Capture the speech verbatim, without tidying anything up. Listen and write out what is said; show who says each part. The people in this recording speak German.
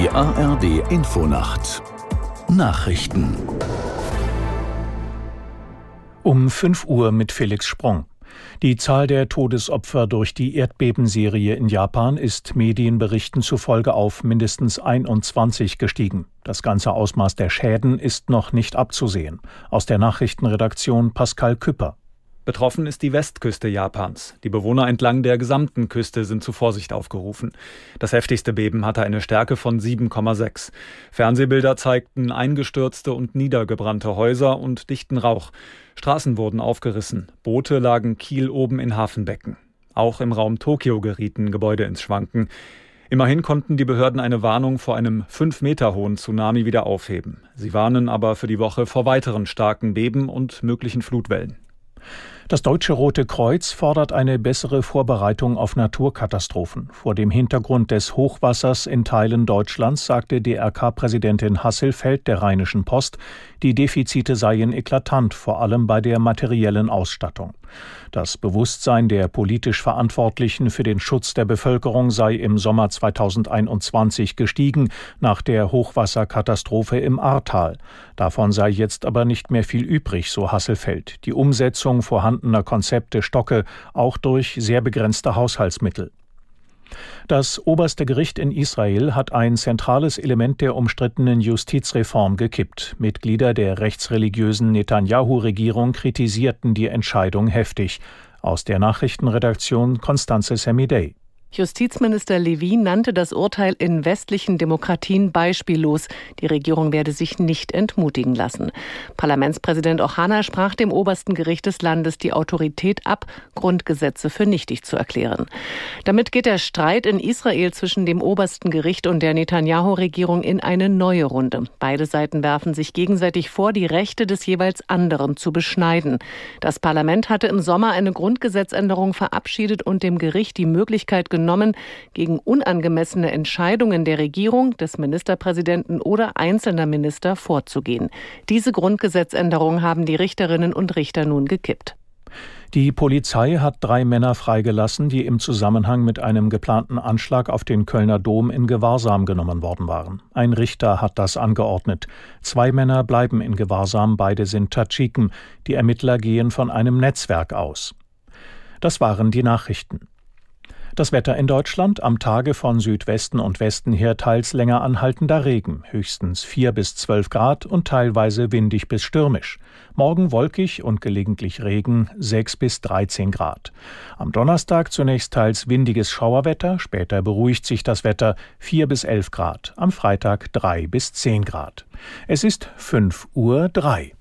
Speaker 1: Die A R D Infonacht Nachrichten
Speaker 2: um fünf Uhr mit Felix Sprung. Die Zahl der Todesopfer durch die Erdbebenserie in Japan ist Medienberichten zufolge auf mindestens einundzwanzig gestiegen. Das ganze Ausmaß der Schäden ist noch nicht abzusehen. Aus der Nachrichtenredaktion Pascal Küpper.
Speaker 3: Betroffen ist die Westküste Japans. Die Bewohner entlang der gesamten Küste sind zu Vorsicht aufgerufen. Das heftigste Beben hatte eine Stärke von sieben Komma sechs. Fernsehbilder zeigten eingestürzte und niedergebrannte Häuser und dichten Rauch. Straßen wurden aufgerissen. Boote lagen kieloben in Hafenbecken. Auch im Raum Tokio gerieten Gebäude ins Schwanken. Immerhin konnten die Behörden eine Warnung vor einem fünf Meter hohen Tsunami wieder aufheben. Sie warnen aber für die Woche vor weiteren starken Beben und möglichen Flutwellen.
Speaker 2: Das Deutsche Rote Kreuz fordert eine bessere Vorbereitung auf Naturkatastrophen. Vor dem Hintergrund des Hochwassers in Teilen Deutschlands sagte D R K-Präsidentin Hasselfeld der Rheinischen Post, die Defizite seien eklatant, vor allem bei der materiellen Ausstattung. Das Bewusstsein der politisch Verantwortlichen für den Schutz der Bevölkerung sei im Sommer zweitausendeinundzwanzig gestiegen, nach der Hochwasserkatastrophe im Ahrtal. Davon sei jetzt aber nicht mehr viel übrig, so Hasselfeld. Die Umsetzung vorhandener Konzepte stocke, auch durch sehr begrenzte Haushaltsmittel. Das oberste Gericht in Israel hat ein zentrales Element der umstrittenen Justizreform gekippt. Mitglieder der rechtsreligiösen Netanjahu-Regierung kritisierten die Entscheidung heftig. Aus der Nachrichtenredaktion Constanze Semidey.
Speaker 4: Justizminister Levin nannte das Urteil in westlichen Demokratien beispiellos. Die Regierung werde sich nicht entmutigen lassen. Parlamentspräsident Ohana sprach dem obersten Gericht des Landes die Autorität ab, Grundgesetze für nichtig zu erklären. Damit geht der Streit in Israel zwischen dem obersten Gericht und der Netanjahu-Regierung in eine neue Runde. Beide Seiten werfen sich gegenseitig vor, die Rechte des jeweils anderen zu beschneiden. Das Parlament hatte im Sommer eine Grundgesetzänderung verabschiedet und dem Gericht die Möglichkeit genommen, gegen unangemessene Entscheidungen der Regierung, des Ministerpräsidenten oder einzelner Minister vorzugehen. Diese Grundgesetzänderung haben die Richterinnen und Richter nun gekippt.
Speaker 2: Die Polizei hat drei Männer freigelassen, die im Zusammenhang mit einem geplanten Anschlag auf den Kölner Dom in Gewahrsam genommen worden waren. Ein Richter hat das angeordnet. Zwei Männer bleiben in Gewahrsam, beide sind Tadschiken. Die Ermittler gehen von einem Netzwerk aus. Das waren die Nachrichten. Das Wetter in Deutschland: am Tage von Südwesten und Westen her teils länger anhaltender Regen, höchstens vier bis zwölf Grad und teilweise windig bis stürmisch. Morgen wolkig und gelegentlich Regen, sechs bis dreizehn Grad. Am Donnerstag zunächst teils windiges Schauerwetter, später beruhigt sich das Wetter, vier bis elf Grad. Am Freitag drei bis zehn Grad. Es ist fünf Uhr drei.